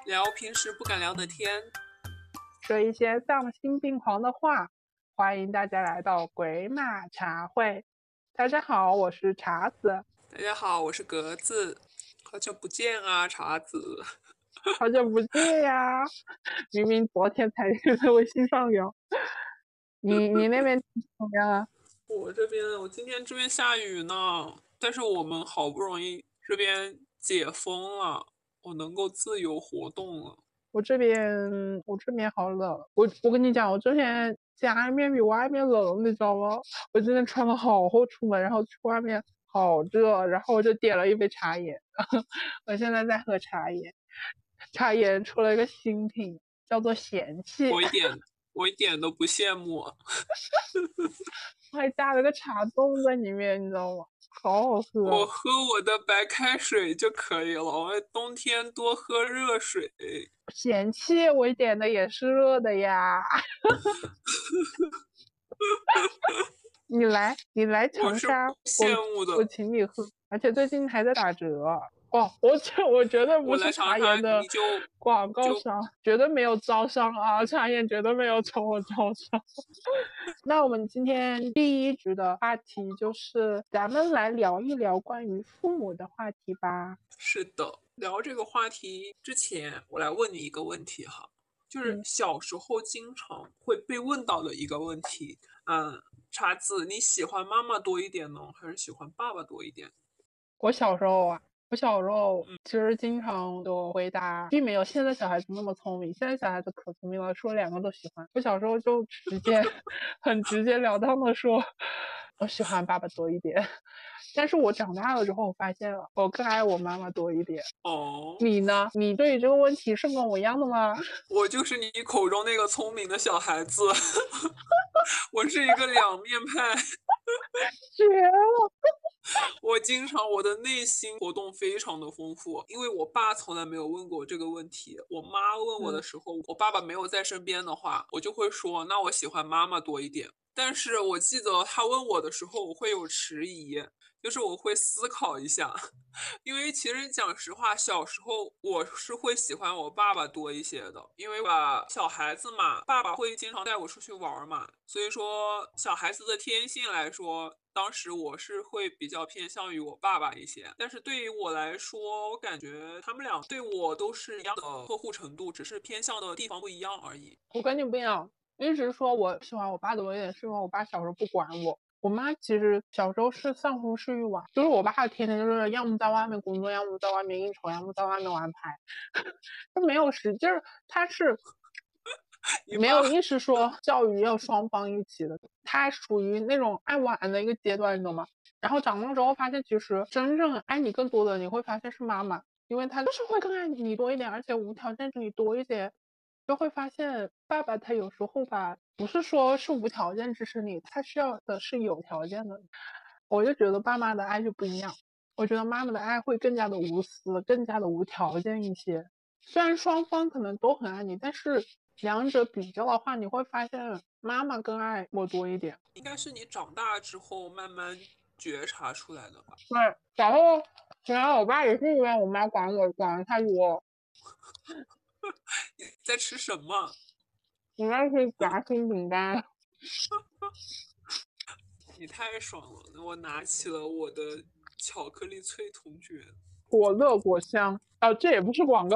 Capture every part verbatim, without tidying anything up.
聊平时不敢聊的天， 说一些丧心病狂的话。欢迎大家来到鬼马茶会。大家好，我是茶子。 大家好，我是格子，好久不见啊，茶子。 好久不见呀！明明昨天才在微信上有。你你那边怎么样啊？ 我这边，我今天这边下雨呢，但是我们好不容易这边解封了，我能够自由活动了。 我这边我这边好冷。我我跟你讲，我之前家里面比外面冷，你知道吗？我今天穿了好厚出门，然后去外面好热，然后我就点了一杯茶叶。我现在在喝茶叶。茶叶出了一个新品，叫做嫌弃。 我一点，我一点都不羡慕。 还加了个茶冻在里面，你知道吗？好好喝。 我喝我的白开水就可以了，我冬天多喝热水。 嫌弃我点的也是热的呀。你来，你来我是长沙， 不羡慕的。 我我请你喝，而且最近还在打折。哦，我这我绝对不我是来长沙， 茶颜的你就广告就商，绝对没有招商啊，茶颜绝对没有找我招商。那我们今天第一局的话题就是咱们来聊一聊关于父母的话题吧。 是的。聊这个话题之前，我来问你一个问题哈，就是嗯， 小时候经常会被问到的一个问题。嗯，茶子，你喜欢妈妈多一点呢，还是喜欢爸爸多一点？ 我小时候啊，我小时候其实经常都回答，并没有现在小孩子那么聪明。现在小孩子可聪明了，说两个都喜欢。我小时候就直接很直截了当的说，我喜欢爸爸多一点。但是我长大了之后，我发现了我更爱我妈妈多一点。 哦， 你呢？你对于这个问题是跟我一样的吗？ 我就是你口中那个聪明的小孩子。我是一个两面派。 绝了！ 我经常我的内心活动非常的丰富，因为我爸从来没有问过这个问题。我妈问我的嗯， 时候，我爸爸没有在身边的话，我就会说，那我喜欢妈妈多一点。但是我记得他问我的时候，我会有迟疑，就是我会思考一下。因为其实讲实话，小时候我是会喜欢我爸爸多一些的，因为吧，小孩子嘛，爸爸会经常带我出去玩嘛，所以说小孩子的天性来说，当时我是会比较偏向于我爸爸一些。但是对于我来说，我感觉他们俩对我都是一样的呵护程度，只是偏向的地方不一样而已。 我跟你不一样，一直说我喜欢我爸多一点，是因为我爸小时候不管我。我妈其实小时候是丧夫式育娃，就是我爸天天就是要么在外面工作，要么在外面应酬，要么在外面玩牌。他没有时，就是他是你爸没有意识说教育要双方一起的，他还属于那种爱玩的一个阶段，你懂吗？然后长大之后发现，其实真正爱你更多的，你会发现是妈妈，因为她就是会更爱你多一点，而且无条件对你多一些。就会发现爸爸他有时候吧，不是说是无条件支持你，他需要的是有条件的。我就觉得爸妈的爱就不一样，我觉得妈妈的爱会更加的无私，更加的无条件一些。虽然双方可能都很爱你，但是两者比较的话，你会发现妈妈更爱我多一点。 应该是你长大之后慢慢觉察出来的吧？ 对，然后然后我爸也是因为我妈管我管的太多。 你在吃什么？ 我妈是夹心饼干。 你太爽了！我拿起了我的巧克力脆童卷。 果乐果香。哦，这也不是广告。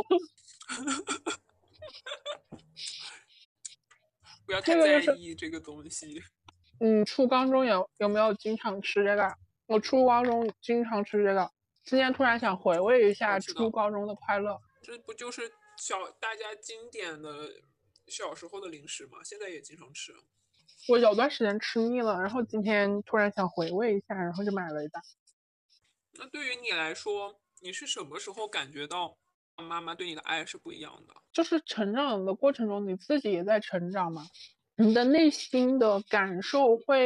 不要太这个就是在意这个东西。 嗯，初高中有有没有经常吃这个？我初高中经常吃这个，今天突然想回味一下我知道， 初高中的快乐。 这不就是小大家经典的小时候的零食吗？现在也经常吃。 我有段时间吃腻了，然后今天突然想回味一下，然后就买了一袋。 那对于你来说，你是什么时候感觉到妈妈对你的爱是不一样的？ 就是成长的过程中，你自己也在成长嘛，你的内心的感受会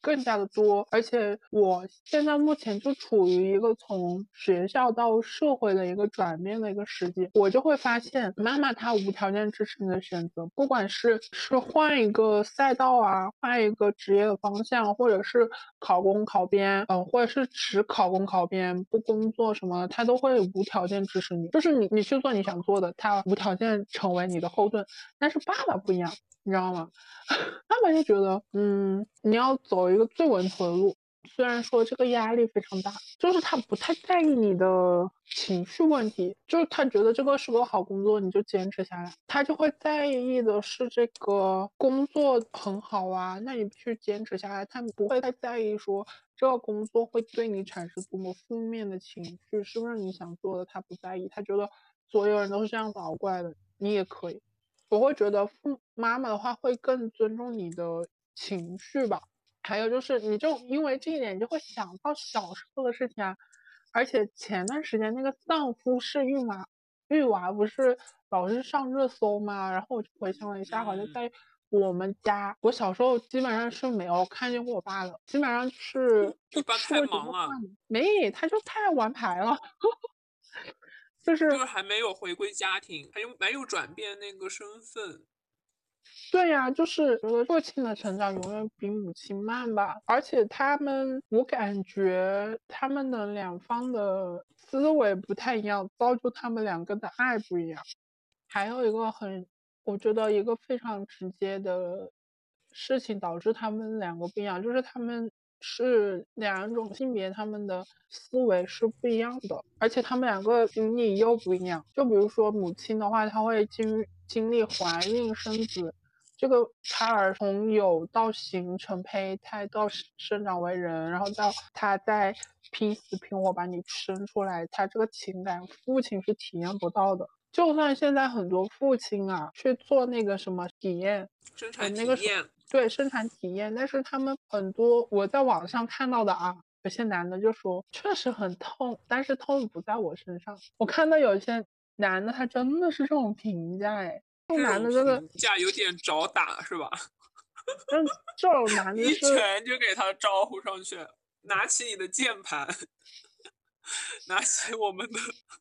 更加的多，而且我现在目前就处于一个从学校到社会的一个转变的一个时机，我就会发现妈妈她无条件支持你的选择，不管是是换一个赛道啊，换一个职业的方向，或者是考公考编，呃，或者是只考公考编不工作什么的，她都会无条件支持你，就是你你去做你想做的，她无条件成为你的后盾。但是爸爸不一样，你知道吗？爸爸就觉得，嗯，你要走一个最稳妥的路。虽然说这个压力非常大，就是他不太在意你的情绪问题，就是他觉得这个是个好工作，你就坚持下来。他就会在意的是这个工作很好啊，那你必须坚持下来。他不会太在意说这个工作会对你产生多么负面的情绪，是不是你想做的，他不在意。他觉得所有人都是这样子熬过来的，你也可以。我会觉得父妈妈的话会更尊重你的情绪吧，还有就是你就因为这一点你就会想到小时候的事情啊，而且前段时间那个丧夫式育娃育娃不是老是上热搜吗？然后我就回想了一下，好像嗯， 在我们家，我小时候基本上是没有看见过我爸的，基本上是就你爸太吃过几忙了， 顿饭嘛，没，他就太爱玩牌了，就是就是还没有回归家庭，还有没有转变那个身份。 对呀，就是觉得父亲的成长永远比母亲慢吧，而且他们，我感觉他们的两方的思维不太一样，造就他们两个的爱不一样。还有一个很，我觉得一个非常直接的事情导致他们两个不一样，就是他们是两种性别，他们的思维是不一样的，而且他们两个经历又不一样。就比如说母亲的话，她会经经历怀孕生子，这个胎儿从有到形成胚胎到生长为人，然后到他再拼死拼活把你生出来，他这个情感父亲是体验不到的。就算现在很多父亲啊去做那个什么体验，呃， 生产那个什么， 体验。 对，生产体验，但是他们很多我在网上看到的啊，有些男的就说确实很痛，但是痛不在我身上。我看到有些男的他真的是这种评价，哎，这种这种男的真的， 评价有点找打是吧？ 真这种男的一是拳就给他招呼上去，拿起你的键盘，拿起我们的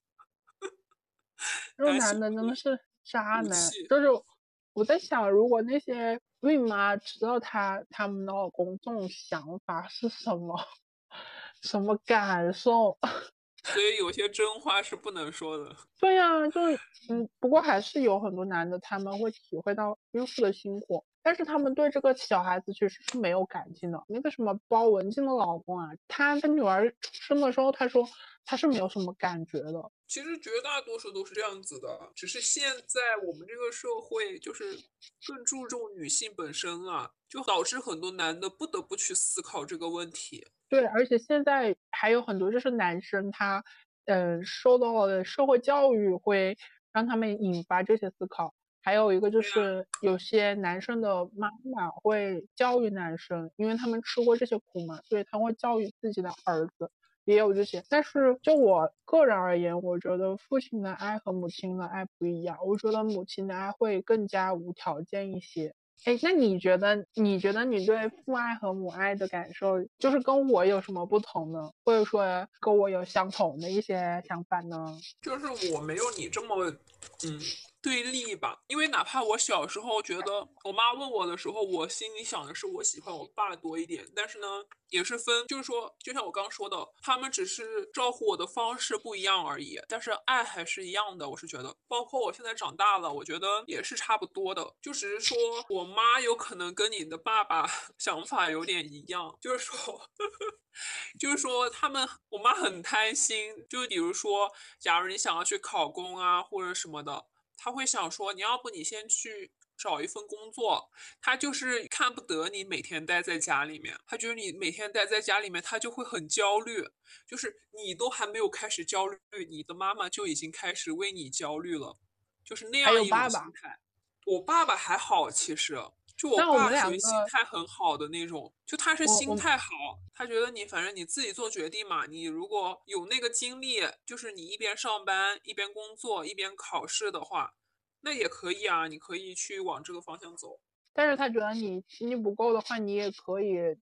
这种拿起男的真的是渣男， 武器。 就是我在想，如果那些孕妈知道她他们的老公这种想法是什么什么感受？ 所以有些真话是不能说的。 对呀，就是嗯，不过还是有很多男的他们会体会到孕妇的辛苦，但是他们对这个小孩子其实是没有感情的。那个什么包文婧的老公啊，他的女儿出生的时候，他说他是没有什么感觉的。 其实绝大多数都是这样子的，只是现在我们这个社会就是更注重女性本身啊，就导致很多男的不得不去思考这个问题。 对，而且现在还有很多就是男生他，嗯，受到的社会教育会让他们引发这些思考。还有一个就对呀， 是有些男生的妈妈会教育男生，因为他们吃过这些苦嘛，所以他会教育自己的儿子，也有这些。但是就我个人而言，我觉得父亲的爱和母亲的爱不一样，我觉得母亲的爱会更加无条件一些。哎，那你觉得，你觉得你对父爱和母爱的感受，就是跟我有什么不同呢？或者说跟我有相同的一些想法呢？ 就是我没有你这么，嗯，对立吧。因为哪怕我小时候觉得我妈问我的时候，我心里想的是我喜欢我爸多一点，但是呢，也是分，就是说，就像我刚说的，他们只是照顾我的方式不一样而已，但是爱还是一样的。我是觉得，包括我现在长大了，我觉得也是差不多的，就只是说我妈有可能跟你的爸爸想法有点一样，就是说。就是说，他们我妈很贪心，就比如说，假如你想要去考公啊，或者什么的，她会想说，你要不你先去找一份工作。她就是看不得你每天待在家里面，她觉得你每天待在家里面，她就会很焦虑。就是你都还没有开始焦虑，你的妈妈就已经开始为你焦虑了，就是那还样一种有爸爸， 心态。我爸爸还好，其实就我那我们爸属于心两个， 态很好的那种，就他是我我心态好，他觉得你反正你自己做决定嘛，你如果有那个精力，就是你一边上班一边工作一边考试的话，那也可以啊，你可以去往这个方向走。 但是他觉得你精力不够的话，你也可以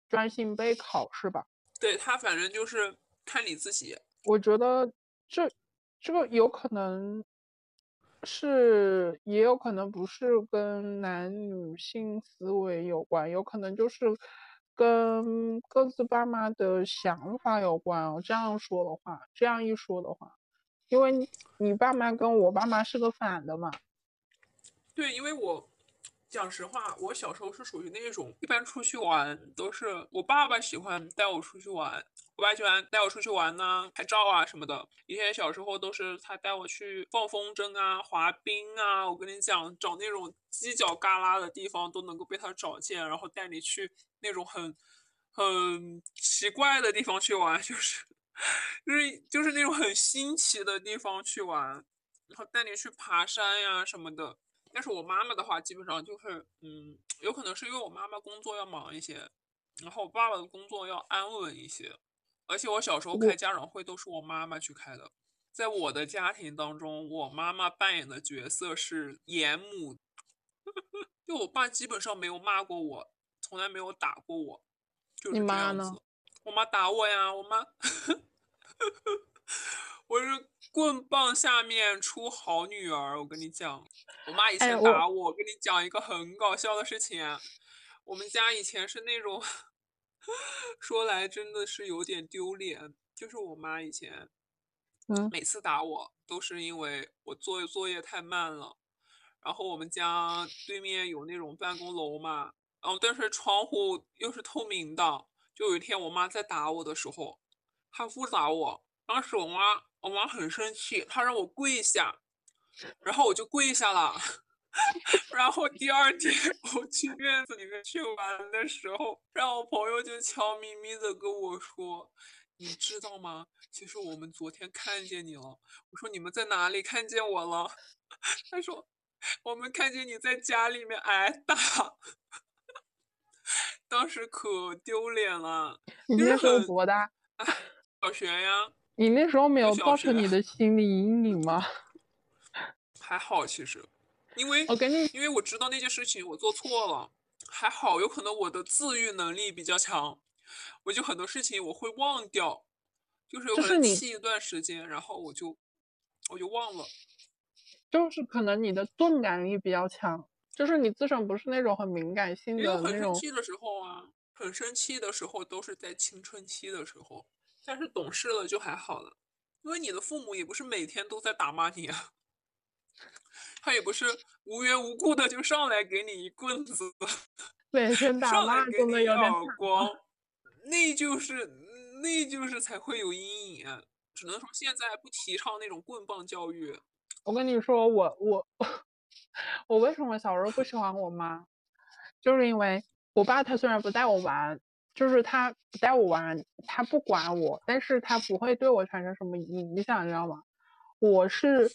专心备考试吧。 对，他反正就是看你自己。 我觉得这这个有可能是，也有可能不是跟男女性思维有关，有可能就是跟各自爸妈的想法有关哦。这样说的话，这样一说的话，因为你你爸妈跟我爸妈是个反的嘛。 对，因为我讲实话，我小时候是属于那种一般出去玩都是我爸爸喜欢带我出去玩，我爸喜欢带我出去玩呢，拍照啊什么的。以前小时候都是他带我去放风筝啊、滑冰啊，我跟你讲，找那种犄角旮旯的地方都能够被他找见，然后带你去那种很很奇怪的地方去玩，就是就是就是那种很新奇的地方去玩，然后带你去爬山呀什么的。但是我妈妈的话，基本上就是，嗯，有可能是因为我妈妈工作要忙一些，然后我爸爸的工作要安稳一些，而且我小时候开我家长会都是我妈妈去开的。在我的家庭当中，我妈妈扮演的角色是严母，就我爸基本上没有骂过我，从来没有打过我，就你是这妈呢？ 样子。我妈打我呀，我妈我是棍棒下面出好女儿，我跟你讲，我妈以哎，我前打我。我跟你讲一个很搞笑的事情啊，我们家以前是那种说来真的是有点丢脸，就是我妈以前嗯， 每次打我都是因为我做作业太慢了，然后我们家对面有那种办公楼嘛，然后但是窗户又是透明的，就有一天我妈在打我的时候，她不打我，当时我妈我妈很生气，她让我跪下，然后我就跪下了。然后第二天我去院子里面去玩的时候，然后我朋友就悄咪咪的跟我说：“你知道吗？其实我们昨天看见你了。”我说：“你们在哪里看见我了？”他说：“我们看见你在家里面挨打。”当时可丢脸了， 你那时候就是很多大？ 小学呀， 你那时候没有就小学。 造成你的心理阴影吗？ 还好其实，因为我跟你因为我知道那件事情我做错了，还好有可能我的自愈能力比较强，我就很多事情我会忘掉，就是有可能就是你， 气一段时间，然后我就我就忘了。 就是可能你的钝感力比较强，就是你自身不是那种很敏感性也有很的那种。 生气的时候啊，很生气的时候都是在青春期的时候，但是懂事了就还好了，因为你的父母也不是每天都在打骂你啊，他也不是无缘无故的就上来给你一棍子， 每天打上来骂真的给你一有点惨。 耳光，那就是那就是才会有阴影啊。只能说现在不提倡那种棍棒教育。 我跟你说，我我我为什么小时候不喜欢我妈，就是因为我爸他虽然不带我玩，就是他不带我玩，他不管我，但是他不会对我产生什么影响，你知道吗？我是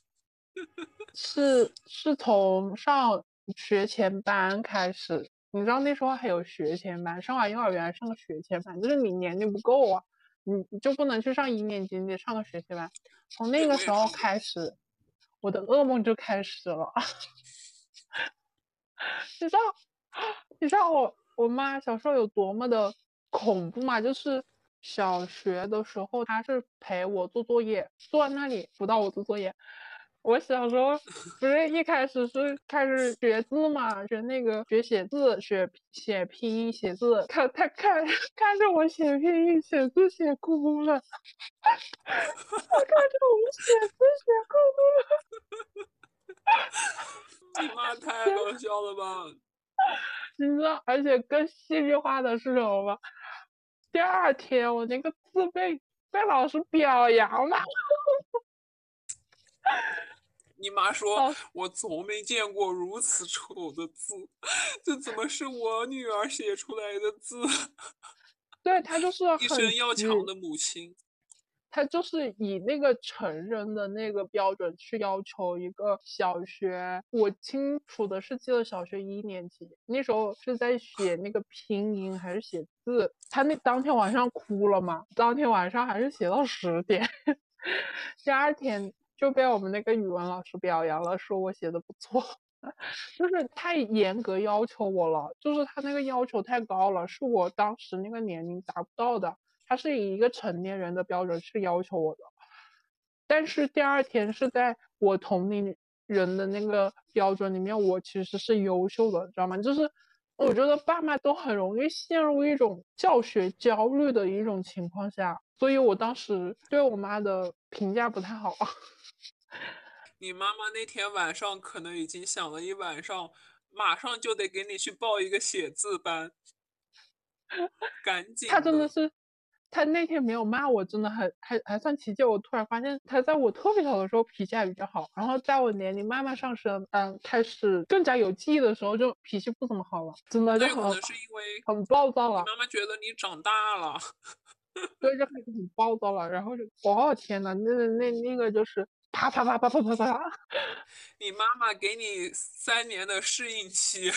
是是从上学前班开始，你知道那时候还有学前班，上完幼儿园上个学前班，就是你年龄不够啊，你你就不能去上一年级，你得上个学前班。从那对， 个时候我也是的。 开始，我的噩梦就开始了。你知道，你知道我我妈小时候有多么的恐怖吗？就是小学的时候，她是陪我做作业，坐在那里辅导我做作业。我小时候不是一开始是开始学字嘛，学那个学写字，学写拼音写字，看她看看着我写拼音写字写哭了，她看着我写字写哭了。 你妈太搞笑了吧？ 你知道，而且更戏剧化的是什么吗？第二天我那个字被被老师表扬了。 你妈说： 老 “我从没见过如此丑的字，这怎么是我女儿写出来的字？” 对他就是一很生要强急， 的母亲。 他就是以那个成人的那个标准去要求一个小学。我清楚的是记得小学一年级那时候是在写那个拼音还是写字，他那当天晚上哭了嘛，当天晚上还是写到十点，第二天就被我们那个语文老师表扬了，说我写的不错。 就是太严格要求我了，就是他那个要求太高了，是我当时那个年龄达不到的。他是以一个成年人的标准去要求我的，但是第二天是在我同龄人的那个标准里面，我其实是优秀的，知道吗？就是我觉得爸妈都很容易陷入一种教学焦虑的一种情况下，所以我当时对我妈的评价不太好。 你妈妈那天晚上可能已经想了一晚上，马上就得给你去报一个写字班，赶他紧的。 真的是，他那天没有骂我，真的还还还算奇迹。我突然发现他在我特别小的时候脾气还比较好，然后在我年龄慢慢上升，嗯，开始更加有记忆的时候，就脾气不怎么好了，真的就很那有可能是因为很暴躁了。 你妈妈觉得你长大了。 对，就开始很暴躁了，然后就，哦天呐，那那那个就是啪啪啪啪啪啪啪。 你妈妈给你三年的适应期。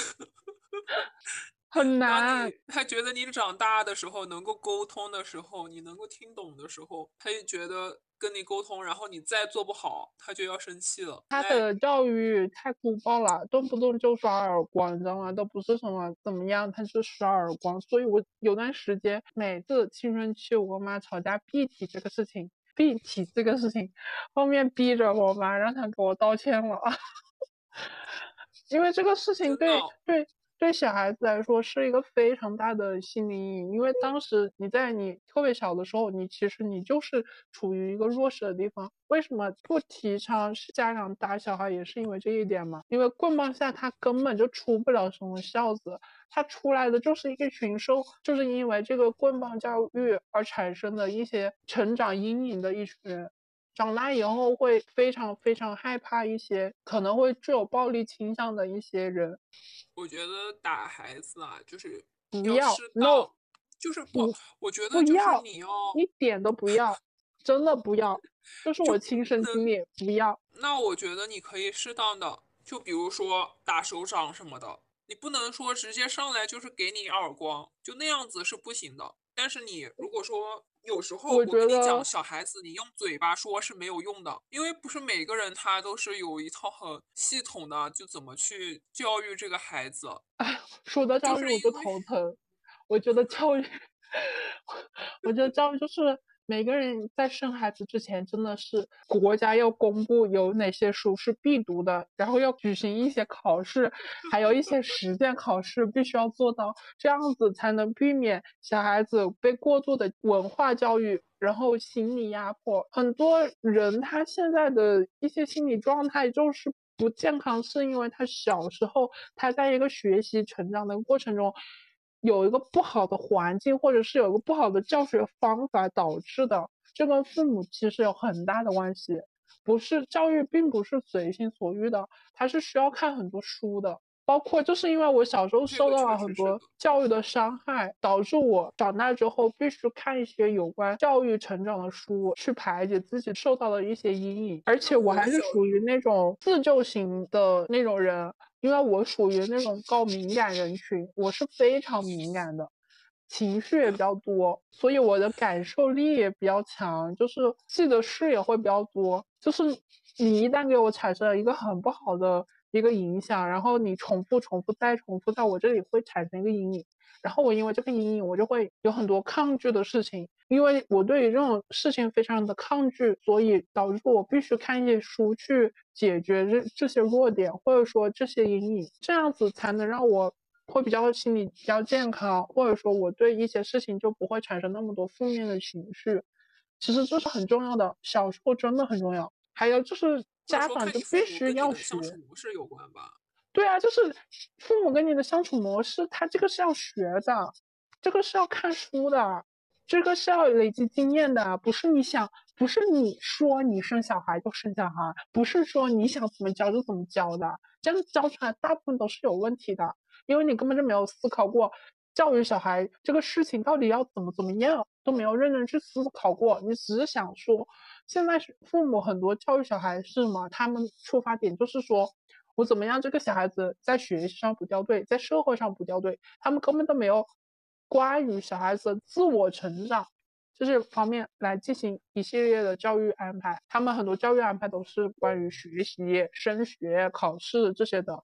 很难。 当你他觉得你长大的时候，能够沟通的时候，你能够听懂的时候，他就觉得跟你沟通，然后你再做不好，他就要生气了。 他那的教育太粗暴了，动不动就刷耳光，你知道吗？都不是什么怎么样，他是刷耳光。所以我有段时间，每次青春期我跟我妈吵架，必提这个事情，必提这个事情，后面逼着我妈让她给我道歉了。因为这个事情真的。 对对对小孩子来说是一个非常大的心理阴影，因为当时你在你特别小的时候，你其实你就是处于一个弱势的地方。为什么不提倡家长打小孩，也是因为这一点嘛？因为棍棒下他根本就出不了什么孝子，他出来的就是一个群兽，就是因为这个棍棒教育而产生的一些成长阴影的一群人。长大以后会非常非常害怕一些可能会具有暴力倾向的一些人。 我觉得打孩子啊，就是要不要适当， ，no， 就是不， 不我觉得就是不要， 你要一点都不要，真的不要，这是就我亲身经历，不要。 那我觉得你可以适当的，就比如说打手掌什么的，你不能说直接上来就是给你耳光，就那样子是不行的。但是你如果说有时候我我跟你讲， 觉得， 小孩子你用嘴巴说是没有用的，因为不是每个人他都是有一套很系统的，就怎么去教育这个孩子。 哎，说到就教育我就是因为头疼。我觉得教育，我觉得教育就是每个人在生孩子之前，真的是国家要公布有哪些书是必读的，然后要举行一些考试，还有一些实践考试必须要做到，这样子才能避免小孩子被过度的文化教育，然后心理压迫。很多人他现在的一些心理状态就是不健康，是因为他小时候他在一个学习成长的过程中有一个不好的环境，或者是有一个不好的教学方法导致的，这跟父母其实有很大的关系。不是教育并不是随心所欲的，它是需要看很多书的。包括就是因为我小时候这个受到了很多确实是的。 教育的伤害，导致我长大之后必须看一些有关教育成长的书，去排解自己受到的一些阴影。而且我还是那我小属于那种自救型的那种人，因为我属于那种高敏感人群，我是非常敏感的，情绪也比较多，所以我的感受力也比较强，就是记得事也会比较多。就是你一旦给我产生了一个很不好的一个影响，然后你重复、重复再重复，在我这里会产生一个阴影。然后我因为这个阴影，我就会有很多抗拒的事情，因为我对于这种事情非常的抗拒，所以导致我必须看一些书去解决这这些弱点，或者说这些阴影，这样子才能让我会比较心理比较健康，或者说我对一些事情就不会产生那么多负面的情绪。其实这是很重要的，小时候真的很重要。还有就是或者家长就说看你父必须母跟你的要学。 相处模式有关吧。 对啊，就是父母跟你的相处模式，他这个是要学的，这个是要看书的，这个是要累积经验的，不是你想，不是你说你生小孩就生小孩，不是说你想怎么教就怎么教的，这样教出来大部分都是有问题的，因为你根本就没有思考过教育小孩这个事情到底要怎么怎么样，都没有认真去思考过，你只是想说，现在是父母很多教育小孩是嘛，他们出发点就是说。我怎么样这个小孩子在学习上不掉队，在社会上不掉队，他们根本都没有关于小孩子的自我成长这些方面来进行一系列的教育安排。他们很多教育安排都是关于学习、升学、考试这些的，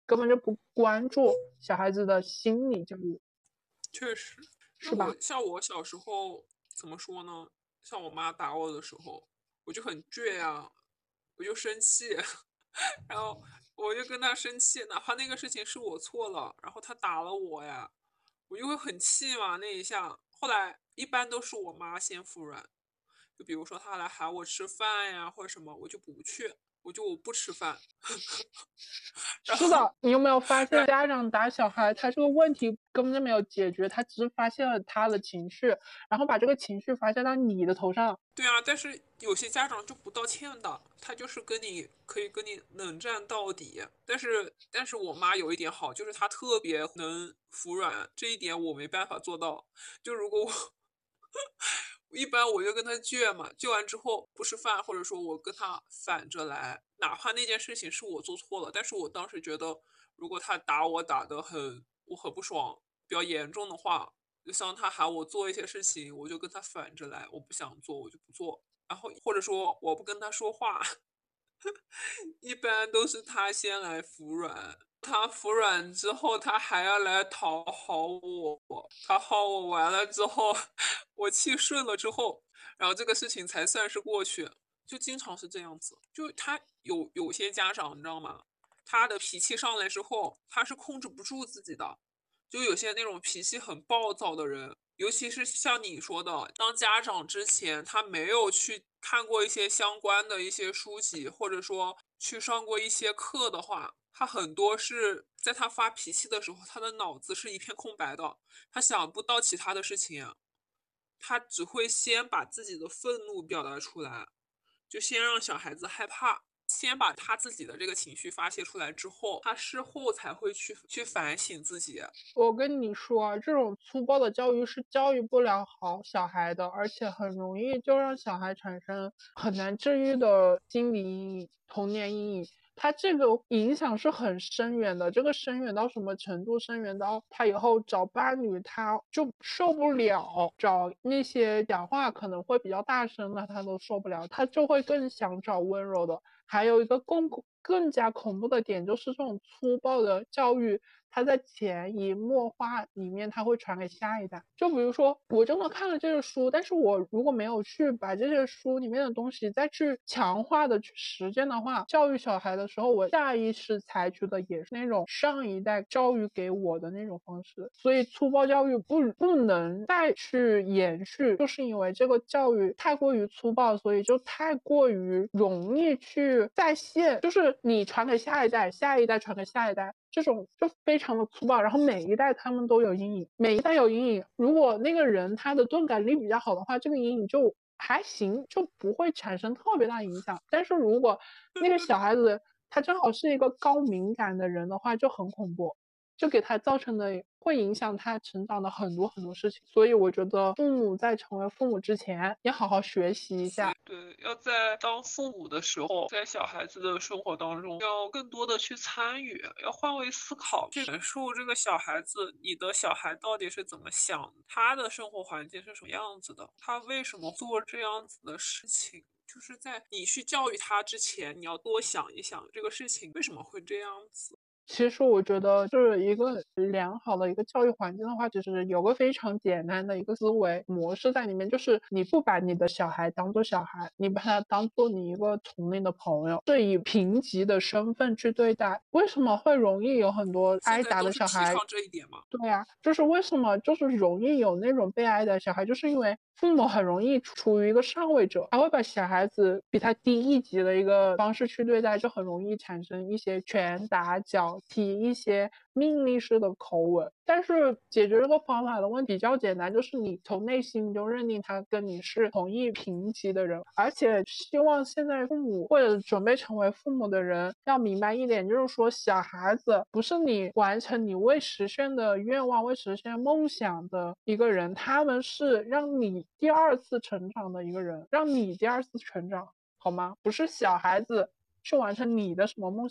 根本就不关注小孩子的心理教育。 确实，那是吧？ 我像我小时候怎么说呢？像我妈打我的时候，我就很倔呀，我就生气，然后我就跟她生气，哪怕那个事情是我错了，然后她打了我呀，我就会很气嘛那一下。后来一般都是我妈先服软，就比如说她来喊我吃饭呀或者什么，我就不去，我就我不吃饭。然是的， 后你有没有发现家长打小孩，他这个问题根本就没有解决，他只是发现了他的情绪，然后把这个情绪发泄到你的头上。 对啊，但是有些家长就不道歉的，他就是跟你可以跟你冷战到底。但是，但是我妈有一点好，就是她特别能服软，这一点我没办法做到。就如果我一般我就跟她倔嘛，倔完之后不吃饭，或者说我跟她反着来，哪怕那件事情是我做错了，但是我当时觉得，如果他打我打得很我很不爽，比较严重的话，就像他喊我做一些事情，我就跟他反着来，我不想做我就不做，然后或者说我不跟他说话，一般都是他先来服软。他服软之后，他还要来讨好我，讨好我完了之后，我气顺了之后，然后这个事情才算是过去。就经常是这样子，就他有有些家长你知道吗？他的脾气上来之后，他是控制不住自己的，就有些那种脾气很暴躁的人，尤其是像你说的，当家长之前，他没有去看过一些相关的一些书籍，或者说去上过一些课的话，他很多是在他发脾气的时候，他的脑子是一片空白的，他想不到其他的事情，他只会先把自己的愤怒表达出来，就先让小孩子害怕，先把他自己的这个情绪发泄出来之后，他事后才会去去反省自己。 我跟你说，这种粗暴的教育是教育不了好小孩的，而且很容易就让小孩产生很难治愈的心理阴影、童年阴影。他这个影响是很深远的，这个深远到什么程度？深远到他以后找伴侣，他就受不了，找那些讲话可能会比较大声的，他都受不了，他就会更想找温柔的。还有一个更更加恐怖的点，就是这种粗暴的教育，它在潜移默化里面，它会传给下一代。就比如说，我真的看了这个书，但是我如果没有去把这些书里面的东西再去强化的去实践的话，教育小孩的时候，我下意识采取的也是那种上一代教育给我的那种方式。所以粗暴教育不不能再去延续，就是因为这个教育太过于粗暴，所以就太过于容易去再现，就是你传给下一代，下一代传给下一代，这种就非常的粗暴，然后每一代他们都有阴影，每一代有阴影。如果那个人他的钝感力比较好的话，这个阴影就还行，就不会产生特别大影响。但是如果那个小孩子他正好是一个高敏感的人的话，就很恐怖，就给他造成的会影响他成长的很多很多事情。所以我觉得父母在成为父母之前，要好好学习一下。 对，要在当父母的时候，在小孩子的生活当中，要更多的去参与，要换位思考，去感受这个小孩子，你的小孩到底是怎么想，他的生活环境是什么样子的，他为什么做这样子的事情。就是在你去教育他之前，你要多想一想这个事情为什么会这样子。 其实我觉得，就是一个良好的一个教育环境的话，就是有个非常简单的一个思维模式在里面，就是你不把你的小孩当做小孩，你把他当做你一个同龄的朋友，是以平级的身份去对待。为什么会容易有很多挨打现在都的小孩？ 是提倡这一点嘛。 对呀，就是为什么就是容易有那种被挨的小孩，就是因为父母很容易处于一个上位者，他会把小孩子比他低一级的一个方式去对待，就很容易产生一些拳打脚踢、一些命令式的口吻。但是解决这个方法的问题比较简单，就是你从内心就认定他跟你是同一平级的人，而且希望现在父母或者准备成为父母的人要明白一点，就是说小孩子不是你完成你未实现的愿望、未实现梦想的一个人，他们是让你第二次成长的一个人，让你第二次成长，好吗？不是小孩子去完成你的什么梦想，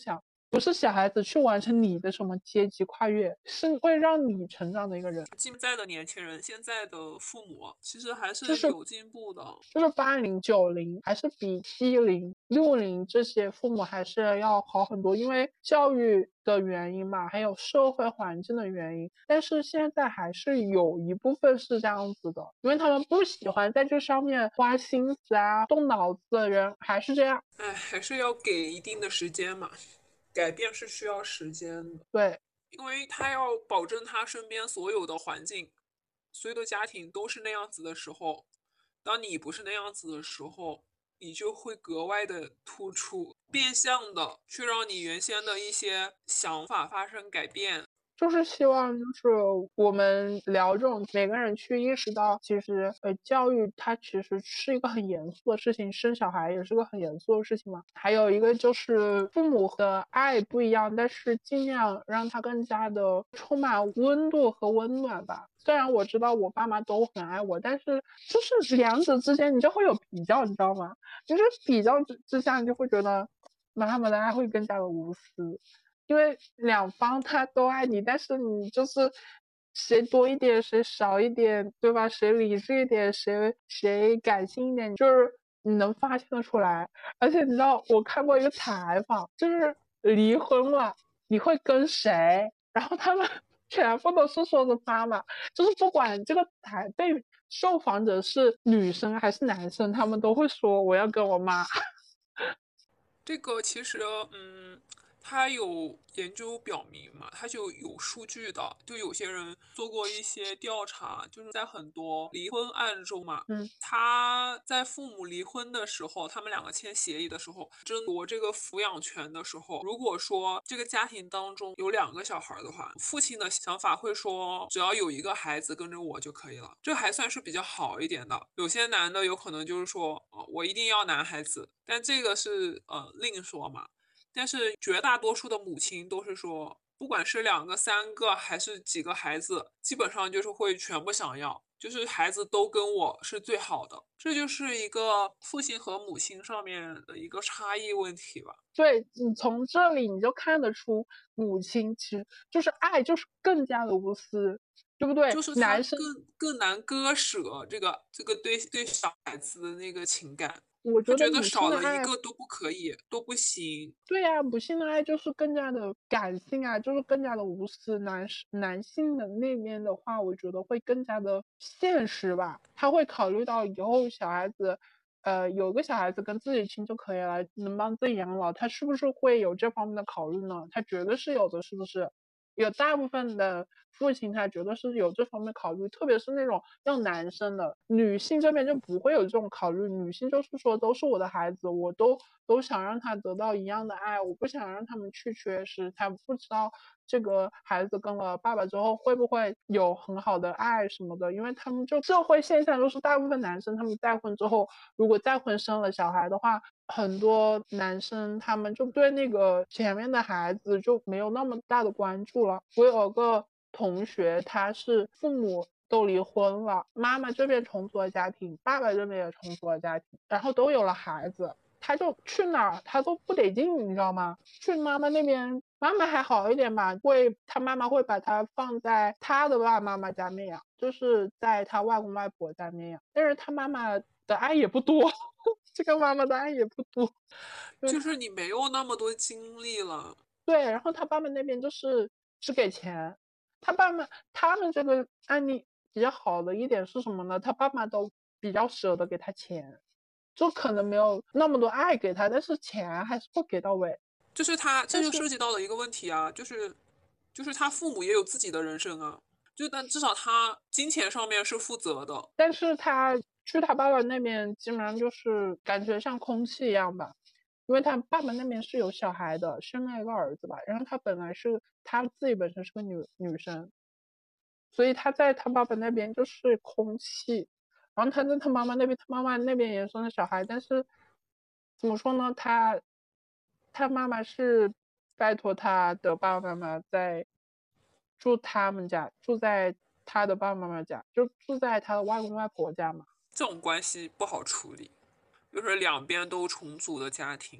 不是小孩子去完成你的什么阶级跨越，是会让你成长的一个人。 现在的年轻人，现在的父母其实还就是是有进步的。 就是八零九零还是比七零六零这些父母还是要好很多，因为教育的原因嘛，还有社会环境的原因。但是现在还是有一部分是这样子的，因为他们不喜欢在这上面花心思啊、动脑子的人还是这样。 哎，还是要给一定的时间嘛，改变是需要时间的。 对， 因为他要保证他身边所有的环境，所有的家庭都是那样子的时候，当你不是那样子的时候，你就会格外的突出，变相的去让你原先的一些想法发生改变。 就是希望，就是我们聊这种，每个人去意识到，其实呃，教育它其实是一个很严肃的事情，生小孩也是个很严肃的事情嘛。还有一个就是父母的爱不一样，但是尽量让他更加的充满温度和温暖吧。虽然我知道我爸妈都很爱我，但是就是两者之间你就会有比较，你知道吗？就是比较之之下，你就会觉得妈妈的爱会更加的无私。因为两方他都爱你，但是你就是谁多一点，谁少一点，对吧？谁理智一点，谁谁感性一点，就是你能发现得出来。而且你知道，我看过一个采访，就是离婚了，你会跟谁？然后他们全部都是说的妈妈，就是不管这个台被受访者是女生还是男生，他们都会说我要跟我妈。 这个其实，嗯，它有研究表明嘛，它就有数据的。就有些人做过一些调查，就是在很多离婚案中嘛， 嗯， 他在父母离婚的时候，他们两个签协议的时候，争夺这个抚养权的时候，如果说这个家庭当中有两个小孩的话，父亲的想法会说，只要有一个孩子跟着我就可以了，这还算是比较好一点的。有些男的有可能就是说，呃，我一定要男孩子，但这个是呃另说嘛。但是绝大多数的母亲都是说，不管是两个、三个还是几个孩子，基本上就是会全部想要，就是孩子都跟我是最好的。这就是一个父亲和母亲上面的一个差异问题吧。 对，你从这里你就看得出，母亲其实就是爱，就是更加的无私，对不对？ 就是他男生， 更更难割舍这个这个对对小孩子的那个情感， 我觉得他觉得母亲的爱， 少了一个都不可以，都不行。 对呀、母性的爱就是更加的感性啊，就是更加的无私。男男性的那边的话，我觉得会更加的现实吧，他会考虑到以后小孩子。呃，有个小孩子跟自己亲就可以了，能帮自己养老，他是不是会有这方面的考虑呢？他绝对是有的，是不是？有大部分的父亲他觉得是有这方面考虑，特别是那种要男生的，女性这边就不会有这种考虑，女性就是说都是我的孩子，我都都想让他得到一样的爱，我不想让他们去缺失，他不知道这个孩子跟了爸爸之后会不会有很好的爱什么的，因为他们就社会现象都是大部分男生他们再婚之后，如果再婚生了小孩的话，很多男生他们就对那个前面的孩子就没有那么大的关注了。我有个同学，他是父母都离婚了，妈妈这边重组了家庭，爸爸这边也重组了家庭，然后都有了孩子，他就去哪儿他都不得劲，你知道吗？去妈妈那边，妈妈还好一点吧，会他妈妈会把他放在他的爸爸妈妈家面养，就是在他外公外婆家面养，但是他妈妈的爱也不多。这个妈妈的爱也不多，因为他就是你没有那么多精力了。 对，然后他爸爸那边就是只给钱，他爸妈他们这个案例比较好的一点是什么呢？他爸妈都比较舍得给他钱，就可能没有那么多爱给他，但是钱还是会给到位。 就是他，这就但是涉及到了一个问题啊，就是就是他父母也有自己的人生啊，就但至少他金钱上面是负责的。 但是他去他爸爸那边基本上就是感觉像空气一样吧，因为他爸爸那边是有小孩的，生了一个儿子吧，然后他本来是他自己本身是个女女生，所以他在他爸爸那边就是空气，然后他在他妈妈那边，他妈妈那边也生了小孩，但是怎么说呢，他他妈妈是拜托他的爸爸妈妈在住他们家，住在他的爸爸妈妈家，就住在他的外公外婆家嘛。 这种关系不好处理，就是两边都重组的家庭。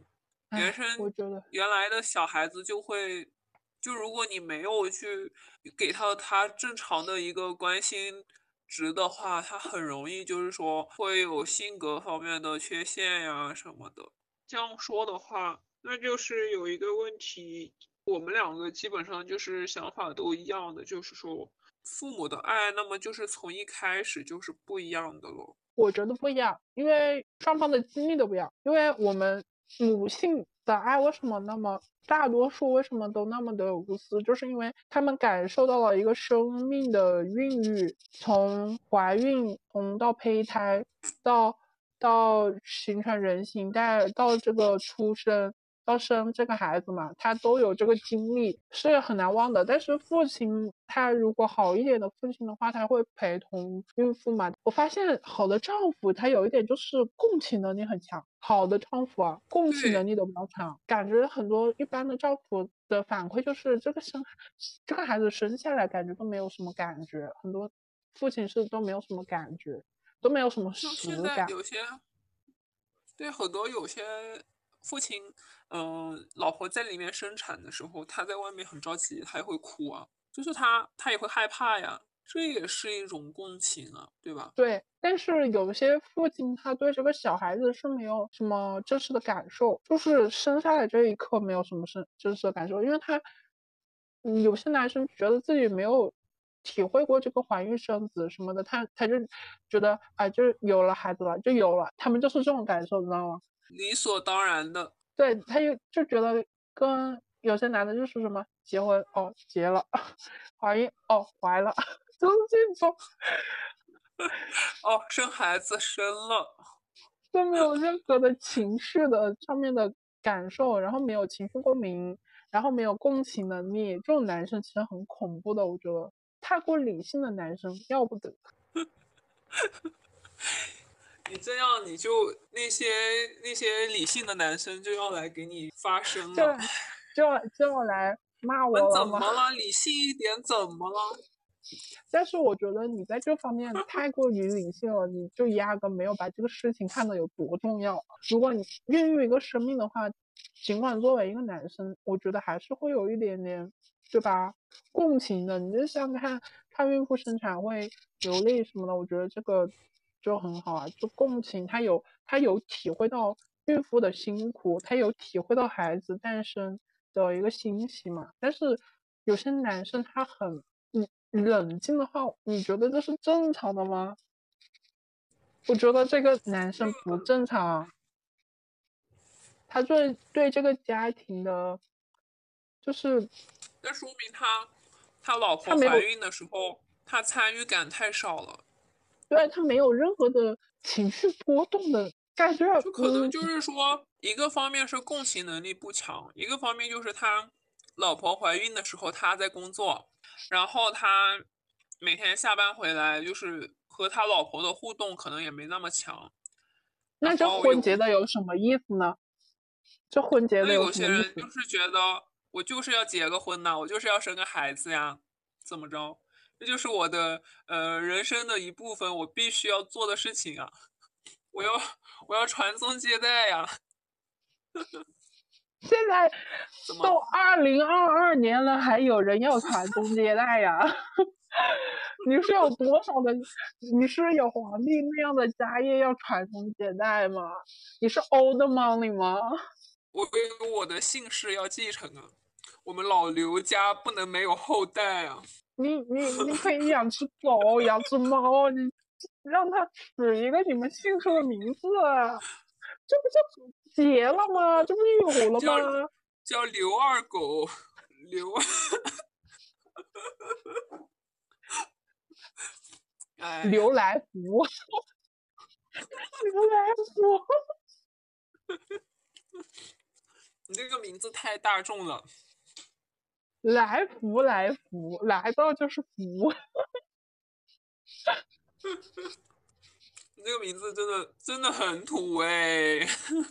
原哎，我生觉得原来的小孩子就会，就如果你没有去给他他正常的一个关心值的话，他很容易就是说会有性格方面的缺陷呀什么的。这样说的话，那就是有一个问题，我们两个基本上就是想法都一样的，就是说父母的爱，那么就是从一开始就是不一样的咯。 我觉得不一样，因为双方的经历都不一样。因为我们母性的爱为什么那么大多数为什么都那么的无私，就是因为他们感受到了一个生命的孕育，从怀孕，从到胚胎，到到形成人形，再到这个出生。要生这个孩子嘛，他都有这个经历，是很难忘的。但是父亲他如果好一点的父亲的话，他会陪同孕妇嘛。我发现好的丈夫他有一点就是共情能力很强，好的丈夫啊，共情对， 能力都比较强。感觉很多一般的丈夫的反馈就是这个生这个孩子生下来感觉都没有什么感觉，很多父亲是都没有什么感觉，都没有什么就现实感。 在有些对，很多有些父亲，嗯、老婆在里面生产的时候，他在外面很着急，他也会哭啊，就是他他也会害怕呀，这也是一种共情啊，对吧？ 对，但是有些父亲他对这个小孩子是没有什么真实的感受，就是生下来这一刻没有什么真真实的感受，因为他，嗯有些男生觉得自己没有体会过这个怀孕生子什么的，他他就觉得啊，就是有了孩子了就有了，他们就是这种感受，你知道吗？ 理所当然的。 对，他就就觉得跟有些男的就是什么结婚哦结了，怀孕哦怀了，就是这种。 哦，生孩子生了。 都没有任何的情绪的上面的感受，然后没有情绪共鸣，然后没有共情能力，这种男生其实很恐怖的，我觉得太过理性的男生要不得。 你这样，你就那些那些理性的男生就要来给你发声就了。 就就要来骂我们我了吗？ 怎么了？理性一点，怎么了？ 但是我觉得你在这方面太过于理性了，你就压根没有把这个事情看得有多重要。如果你孕育一个生命的话，尽管作为一个男生，我觉得还是会有一点点，对吧？共情的。你就像看看孕妇生产会流泪什么的，我觉得这个就很好啊，就共情，他有他有体会到孕妇的辛苦，他有体会到孩子诞生的一个欣喜嘛。但是有些男生他很嗯冷静的话，你觉得这是正常的吗？我觉得这个男生不正常，他对对这个家庭的，就是那说明他他老婆他没有怀孕的时候，他参与感太少了。 对他没有任何的情绪波动的感觉。 就可能嗯， 就是说，一个方面是共情能力不强，一个方面就是他老婆怀孕的时候他在工作，然后他每天下班回来就是和他老婆的互动可能也没那么强，然那这后有婚结的有什么意思呢？这婚结的有那有些什么意思？ 人就是觉得我就是要结个婚呐，我就是要生个孩子呀，怎么着？这就是我的呃人生的一部分，我必须要做的事情啊！我要我要传宗接代呀！ 现在怎么？ 都二零二二年了，还有人要传宗接代呀？你是有多少的？你是有皇帝那样的家业要传宗接代吗？你是 old money 吗？ 我有我的姓氏要继承啊！我们老刘家不能没有后代啊！ 你你你可以养只狗，养只猫，你让它取一个你们姓氏的名字啊，这不就结了吗？这不就有了叫吗？ 叫刘二狗，刘，哎， 刘来福，刘来福， 你这个名字太大众了， 来福来福，来到就是福。 你这个名字真的真的很土哎！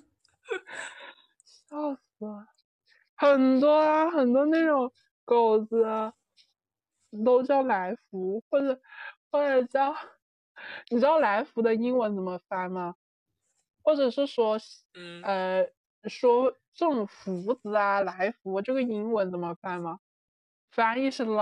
笑死了。很多啊，很多那种狗子啊都叫来福，或者或者叫，你知道来福的英文怎么翻吗？或者是说， 嗯， 呃说这种福字啊、来福，这个英文怎么翻吗？翻译是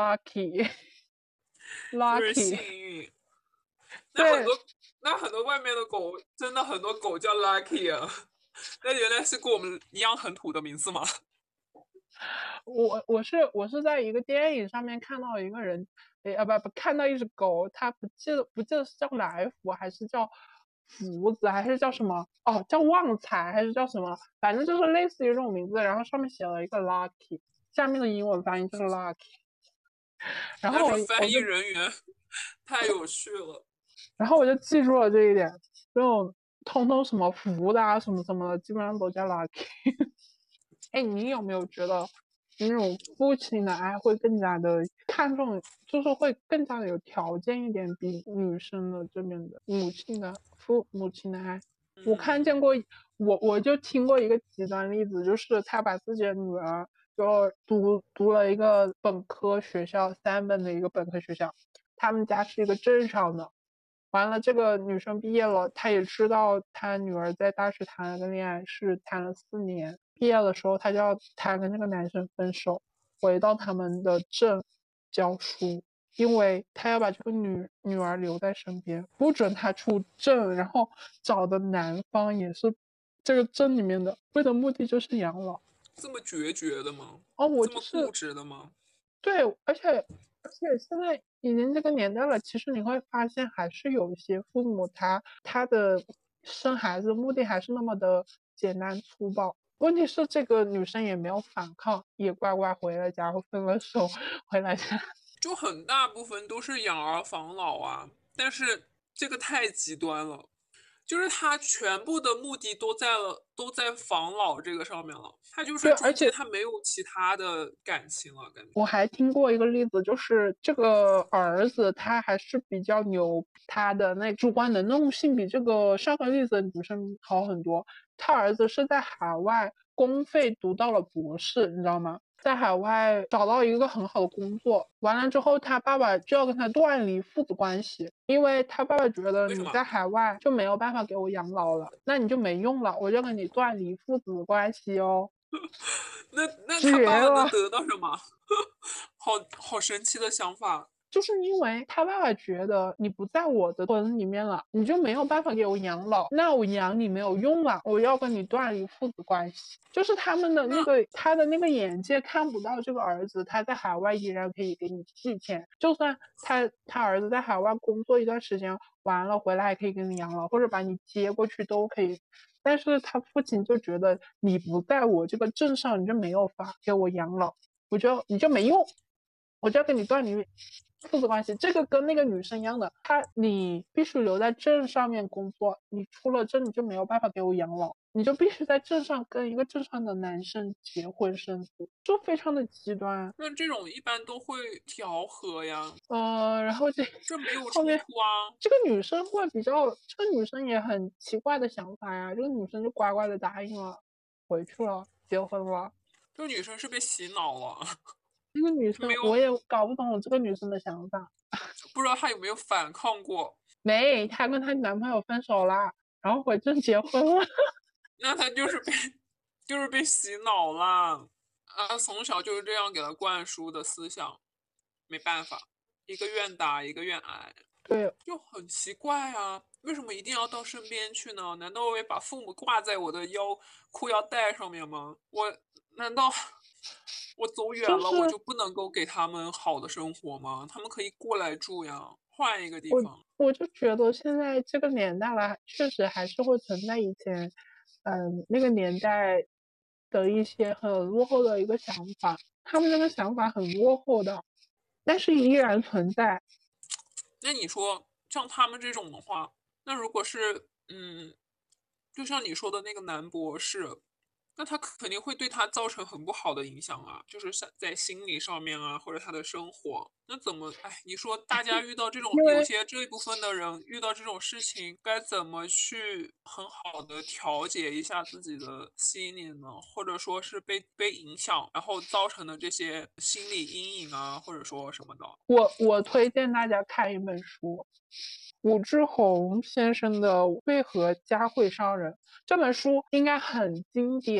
lucky，lucky， 就是幸运。那很对。 多那很多外面的狗，真的很多狗叫 Lucky 啊，那原来是跟我们一样很土的名字吗？ 我我是我是在一个电影上面看到一个人，诶啊不不，看到一只狗，它不记得不记得是叫来福还是叫福子还是叫什么？哦，叫旺财还是叫什么？反正就是类似于这种名字，然后上面写了一个 lucky，下面的英文翻译就是 lucky。然后我那是翻译我就人员，太有趣了。 然后我就记住了这一点，这种通通什么福的啊什么什么的，基本上都叫 lucky。哎，你有没有觉得那种父亲的爱会更加的看重，就是会更加的有条件一点，比女生的这边的母亲的父母亲的爱？我看嗯， 见过，我我就听过一个极端例子，就是他把自己的女儿就读读了一个本科学校，三本的一个本科学校，他们家是一个镇上的。完了，这个女生毕业了，她也知道她女儿在大学谈了个恋爱，是谈了四年。毕业的时候，她就要谈跟那个男生分手，回到他们的镇教书，因为她要把这个女女儿留在身边，不准她出镇。然后找的男方也是这个镇里面的，为的目的就是养老。 这么决绝的吗？ 哦，我这么固就是执的吗？ 对，而且而且现在已经这个年代了，其实你会发现还是有一些父母他他的生孩子目的还是那么的简单粗暴。问题是这个女生也没有反抗，也乖乖回了家，然后分了手回来家。 就很大部分都是养儿防老啊，但是这个太极端了。就是他全部的目的都在了，都在防老这个上面了。他就对， 是中间而且他没有其他的感情了，感觉。 我还听过一个例子，就是这个儿子他还是比较牛，他的那主观能动性比这个上个例子的女生好很多。他儿子是在海外公费读到了博士，你知道吗？在海外找到一个很好的工作，完了之后他爸爸就要跟他断离父子关系，因为他爸爸觉得为什么？ 你在海外就没有办法给我养老了，那你就没用了，我就跟你断离父子关系哦。 那那他绝了！ 爸爸能得到什么？好好神奇的想法。 就是因为他爸爸觉得你不在我的村里面了，你就没有办法给我养老，那我养你没有用了，我要跟你断离父子关系。就是他们的那那个他的那个眼界看不到这个儿子，他在海外依然可以给你寄钱，就算他他儿子在海外工作一段时间完了回来还可以给你养老，或者把你接过去都可以。但是他父亲就觉得你不在我这个镇上，你就没有法给我养老，我就你就没用，我就要跟你断离父子关系。这个跟那个女生一样的，她你必须留在镇上面工作，你出了镇你就没有办法给我养老，你就必须在镇上跟一个镇上的男生结婚生子，就非常的极端。 那这种一般都会调和呀， 呃，然后这这没有后面冲突啊。 这个女生会比较，这个女生也很奇怪的想法呀，这个女生就乖乖的答应了，回去了，结婚了。 这女生是被洗脑了， 这个女没有生我也搞不懂这个女生的想法。 不知道她有没有反抗过。 没，她跟她男朋友分手啦，然后回镇结婚了。 那她就是被就是被洗脑了啊！从小就是这样给她灌输的思想，没办法，一个愿打一个愿挨。 对， 就很奇怪啊，为什么一定要到身边去呢？难道我也把父母挂在我的腰裤腰带上面吗？我难道我走远了，我就是就不能够给他们好的生活吗？他们可以过来住呀，换一个地我方。 我就觉得现在这个年代了，确实还是会存在以前，嗯，那个年代的一些很落后的一个想法，他们那个想法很落后的，但是依然存在。 那你说像他们这种的话，那如果是嗯，就像你说的那个男博士，那他肯定会对他造成很不好的影响啊，就是在在心理上面啊，或者他的生活。那怎么，哎，你说大家遇到这种， 因为有些这一部分的人遇到这种事情，该怎么去很好的调节一下自己的心理呢？或者说是被被影响，然后造成的这些心理阴影啊，或者说什么的。 我我推荐大家看一本书，武志红先生的《为何家会伤人》这本书应该很经典，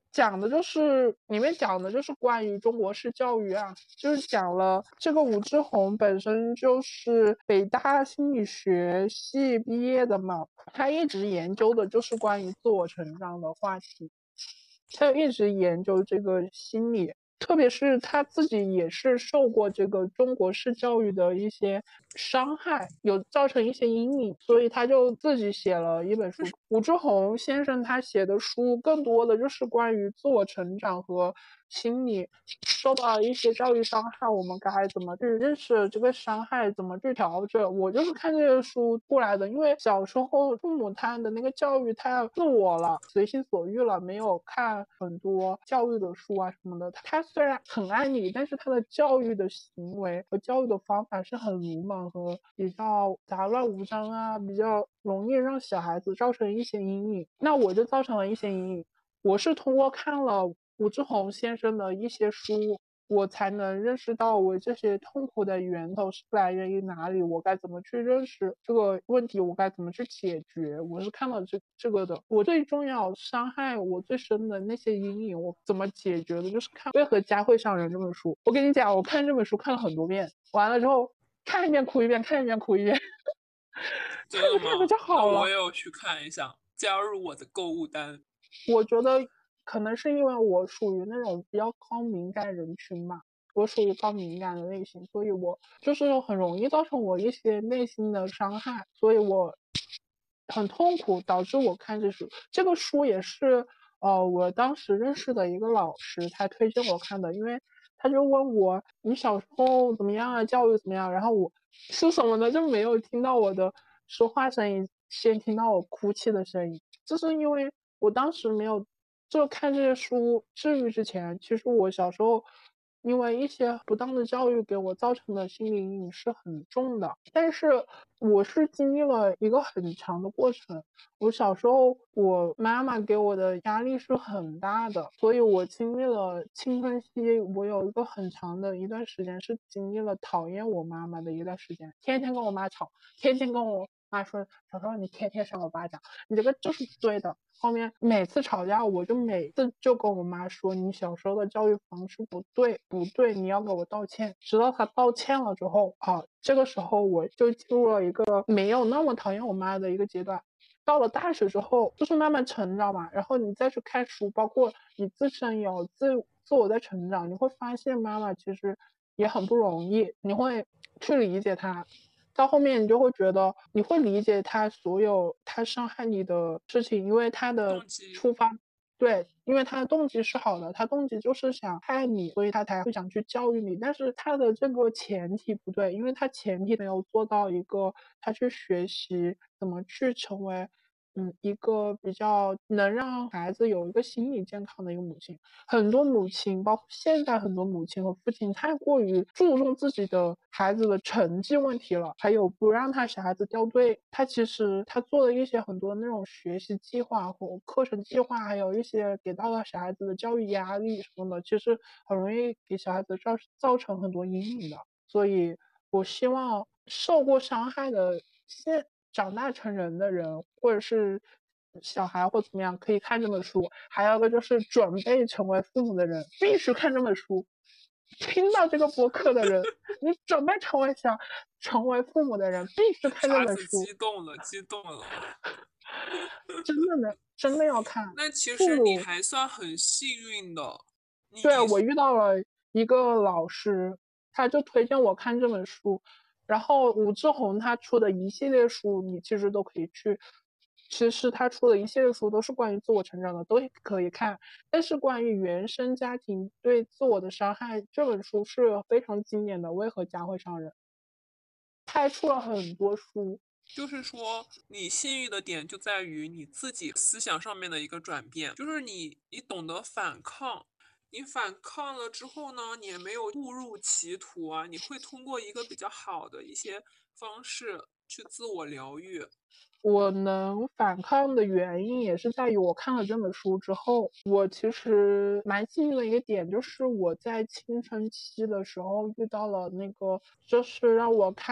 讲的就是里面讲的就是关于中国式教育啊，就是讲了这个武志红本身就是北大心理学系毕业的嘛，他一直研究的就是关于自我成长的话题，他一直研究这个心理，特别是他自己也是受过这个中国式教育的一些伤害，有造成一些阴影，所以他就自己写了一本书。武志红先生他写的书更多的就是关于自我成长和心理受到了一些教育伤害，我们该怎么去认识这个伤害，怎么去调整。我就是看这些书过来的，因为小时候父母他的那个教育太自我了，随心所欲了，没有看很多教育的书啊什么的。他虽然很爱你，但是他的教育的行为和教育的方法是很鲁莽和比较杂乱无章啊，比较容易让小孩子造成一些阴影。那我就造成了一些阴影。我是通过看了武志红先生的一些书，我才能认识到我这些痛苦的源头是来源于哪里，我该怎么去认识这个问题，我该怎么去解决。我是看了这这个的。我最重要伤害我最深的那些阴影，我怎么解决的，就是看《为何家会伤人》这本书。我跟你讲，我看这本书看了很多遍，完了之后看一遍哭一遍，看一遍哭一遍， 真的吗？ 看着看着就那好了。 我也有去看一下，加入我的购物单。 我觉得可能是因为我属于那种比较高敏感人群嘛，我属于高敏感的类型，所以我就是很容易造成我一些内心的伤害，所以我很痛苦，导致我看这书。这个书也是呃我当时认识的一个老师他推荐我看的，因为他就问我你小时候怎么样啊，教育怎么样，然后我说什么呢，就没有听到我的说话声音，先听到我哭泣的声音。就是因为我当时没有就看这些书治愈之前，其实我小时候因为一些不当的教育给我造成的心理阴影是很重的。但是我是经历了一个很长的过程，我小时候我妈妈给我的压力是很大的，所以我经历了青春期，我有一个很长的一段时间是经历了讨厌我妈妈的一段时间，天天跟我妈吵，天天跟我妈说小时候你天天扇我巴掌，你这个就是不对的。后面每次吵架，我就每次就跟我妈说，你小时候的教育方式不对，不对，你要给我道歉。直到她道歉了之后，啊，这个时候我就进入了一个没有那么讨厌我妈的一个阶段。到了大学之后，就是慢慢成长嘛，然后你再去看书，包括你自身有自自我在成长，你会发现妈妈其实也很不容易，你会去理解她。到后面你就会觉得你会理解他所有他伤害你的事情，因为他的动机。 出发，对，因为他的动机是好的，他动机就是想害你，所以他才会想去教育你。但是他的这个前提不对，因为他前提没有做到一个他去学习怎么去成为嗯，一个比较能让孩子有一个心理健康的一个母亲。很多母亲，包括现在很多母亲和父亲，太过于注重自己的孩子的成绩问题了，还有不让他小孩子掉队。他其实他做了一些很多那种学习计划和课程计划，还有一些给到了小孩子的教育压力什么的，其实很容易给小孩子造造成很多阴影的。所以我希望受过伤害的现长大成人的人，或者是小孩或怎么样，可以看这本书。还有一个就是准备成为父母的人，必须看这本书。听到这个播客的人，你准备成为想成为父母的人，必须看这叉子本书。 激动了，激动了。 真的呢，真的要看。 那其不如实你还算很幸运的，你对，我遇到了一个老师，他就推荐我看这本书。然后武志红他出的一系列书，你其实都可以去。其实他出的一系列书都是关于自我成长的，都可以看。但是关于原生家庭对自我的伤害，这本书是非常经典的。为何家会伤人？他还出了很多书。 就是说，你幸运的点就在于你自己思想上面的一个转变，就是你你懂得反抗，你反抗了之后呢，你也没有误入歧途啊，你会通过一个比较好的一些方式去自我疗愈。 我能反抗的原因也是在于我看了这本书之后，我其实蛮幸运的一个点就是我在青春期的时候遇到了那个，就是让我看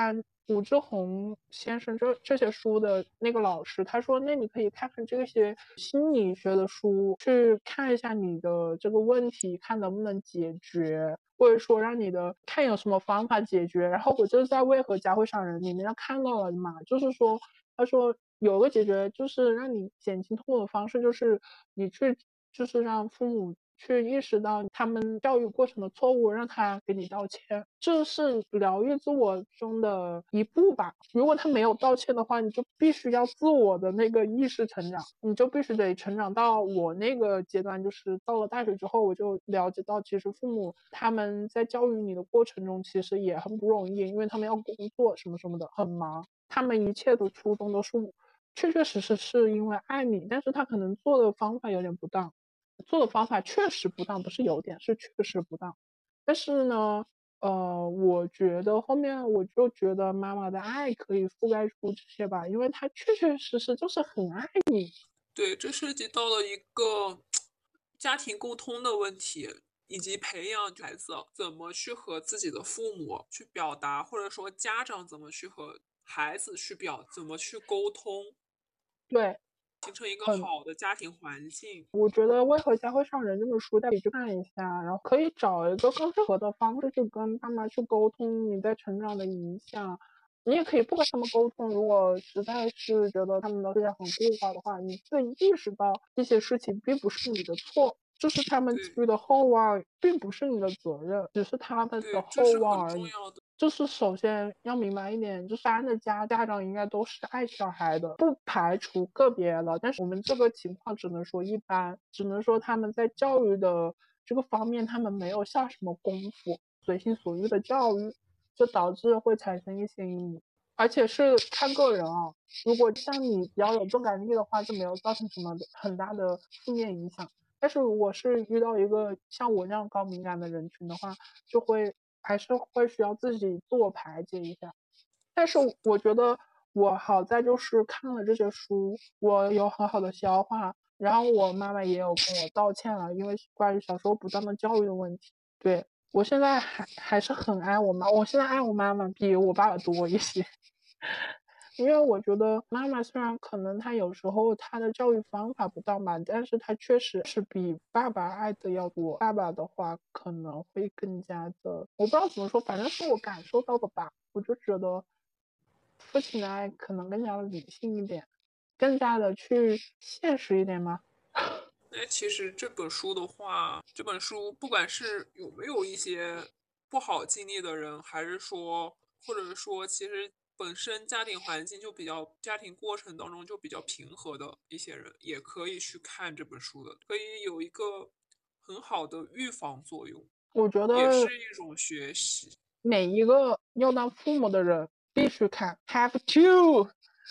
武志红先生这这些书的那个老师，他说，那你可以看看这些心理学的书，去看一下你的这个问题，看能不能解决，或者说让你的看有什么方法解决。然后我就是在为何家会伤人里面看到了嘛，就是说他说有个解决就是让你减轻痛苦的方式，就是你去就是让父母去意识到他们教育过程的错误，让他给你道歉，这是疗愈自我中的一步吧。如果他没有道歉的话，你就必须要自我的那个意识成长，你就必须得成长到我那个阶段，就是到了大学之后，我就了解到其实父母他们在教育你的过程中其实也很不容易，因为他们要工作什么什么的，很忙，他们一切的初衷都是确确实实是因为爱你，但是他可能做的方法有点不当，做的方法确实不当，不是有点，是确实不当。但是呢，呃，我觉得后面我就觉得妈妈的爱可以覆盖住这些吧，因为她确确实实就是很爱你。 对，这涉及到了一个家庭沟通的问题，以及培养孩子怎么去和自己的父母去表达，或者说家长怎么去和孩子去表，怎么去沟通， 对， 形成一个很好的家庭环境。 我觉得《为何家会伤人》这本书大家可以去看一下，然后可以找一个更适合的方式去跟爸妈去沟通你在成长的影响。你也可以不跟他们沟通，如果实在是觉得他们的思想很固化的话，你自己意识到这些事情并不是你的错，就是他们给对予的厚望并不是你的责任，只是他们的对，这厚是很望而已。 重要的。 就是首先要明白一点，就是安的家家长应该都是爱小孩的，不排除个别了，但是我们这个情况只能说一般，只能说他们在教育的这个方面，他们没有下什么功夫，随心所欲的教育，就导致会产生一些阴影，而且是看个人啊。如果像你比较有重感力的话，就没有造成什么很大的负面影响。但是如果是遇到一个像我这样高敏感的人群的话，就会还是会需要自己自我排解一下。但是我觉得我好在就是看了这些书，我有很好的消化，然后我妈妈也有跟我道歉了，因为关于小时候不当的教育的问题。对，我现在还还是很爱我妈，我现在爱我妈妈比我爸爸多一些。因为我觉得妈妈虽然可能她有时候她的教育方法不当吧，但是她确实是比爸爸爱的要多。爸爸的话可能会更加的，我不知道怎么说，反正是我感受到的吧。我就觉得父亲的爱可能更加的理性一点，更加的去现实一点嘛。 那其实这本书的话，这本书不管是有没有一些不好经历的人，还是说，或者说，其实本身家庭环境就比较，家庭过程当中就比较平和的一些人，也可以去看这本书的，可以有一个很好的预防作用， 我觉也得是一种学习。 每一个要当父母的人必须看，have to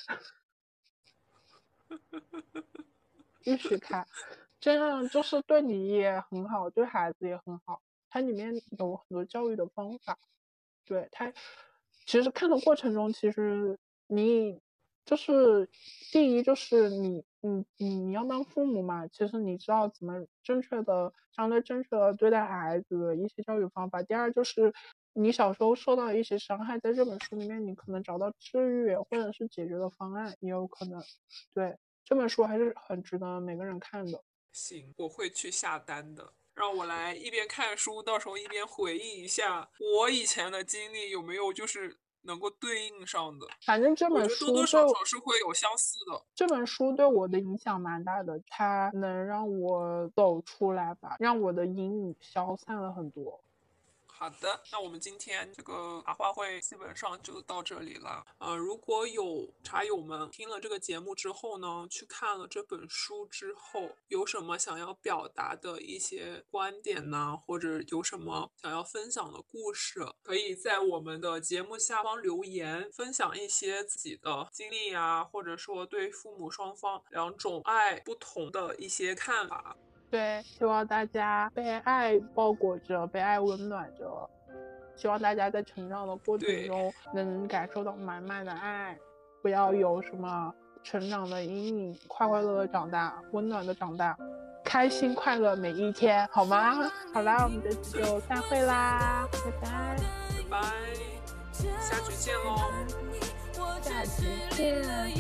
必须看。这样就是对你也很好，对孩子也很好。它里面有很多教育的方法，对它，其实看的过程中，其实你就是第一就是你你你你要当父母嘛，其实你知道怎么正确的、相对正确的对待孩子的一些教育方法。第二就是你小时候受到一些伤害，在这本书里面你可能找到治愈或者是解决的方案，也有可能。对，这本书还是很值得每个人看的。 行，我会去下单的。让我来一边看书，到时候一边回忆一下我以前的经历有没有就是能够对应上的。 反正这本我觉得多多书对少少是会有相似的。 这本书对我的影响蛮大的，它能让我走出来吧，让我的阴影消散了很多。 好的，那我们今天这个茶话会基本上就到这里了。呃，如果有茶友们听了这个节目之后呢，去看了这本书之后，有什么想要表达的一些观点呢，或者有什么想要分享的故事，可以在我们的节目下方留言，分享一些自己的经历啊，或者说对父母双方两种爱不同的一些看法。 对，希望大家被爱包裹着，被爱温暖着。希望大家在成长的过程对， 中能感受到满满的爱，不要有什么成长的阴影，快快乐乐长大，温暖的长大，开心快乐每一天，好吗？好啦，我们这次就散会啦，拜拜， 拜拜，下局见喽。 谢。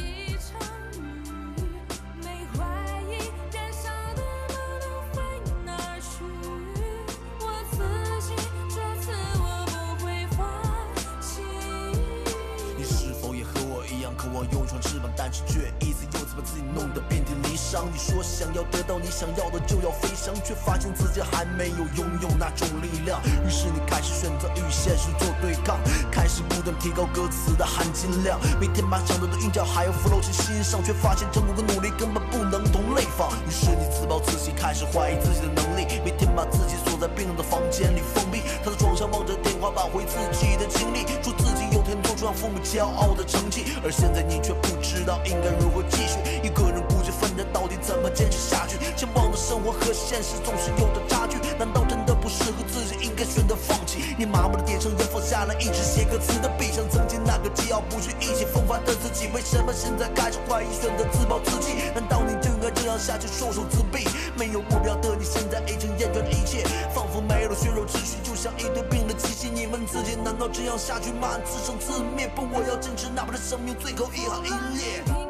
渴望有一双翅膀，但是却一次又次把自己弄得遍体鳞伤。你说想要得到你想要的就要飞翔，却发现自己还没有拥有那种力量。于是你开始选择与现实做对抗，开始不断提高歌词的含金量，每天把想到的韵脚还有 flow 进心上，却发现成功跟努力根本不能同类放。于是你自暴自弃，开始怀疑自己的能力，每天把自己锁在冰冷的房间里封闭，他在床上望着天花板回自己的经历，说自己有天做出让父母骄傲的成绩。而现在你却不知道应该如何继续，一个人孤军奋战，到底怎么坚持下去？向往的生活和现实总是有的差距，难道真的不适合自己，应该选择放弃？你麻木的点上烟，放下了一直写歌词的笔，像曾经那个桀骜不驯、意气风发的自己，为什么现在开始怀疑，选择自暴自弃？难道你就应该这样下去，束手自毙？没有目标的你，现在已经厌倦了一切，仿佛没了血肉之躯，就像一堆冰的机器。你问自己，难道这样下去吗？自生自灭？不，我要坚持，哪怕是生命最后一行一列。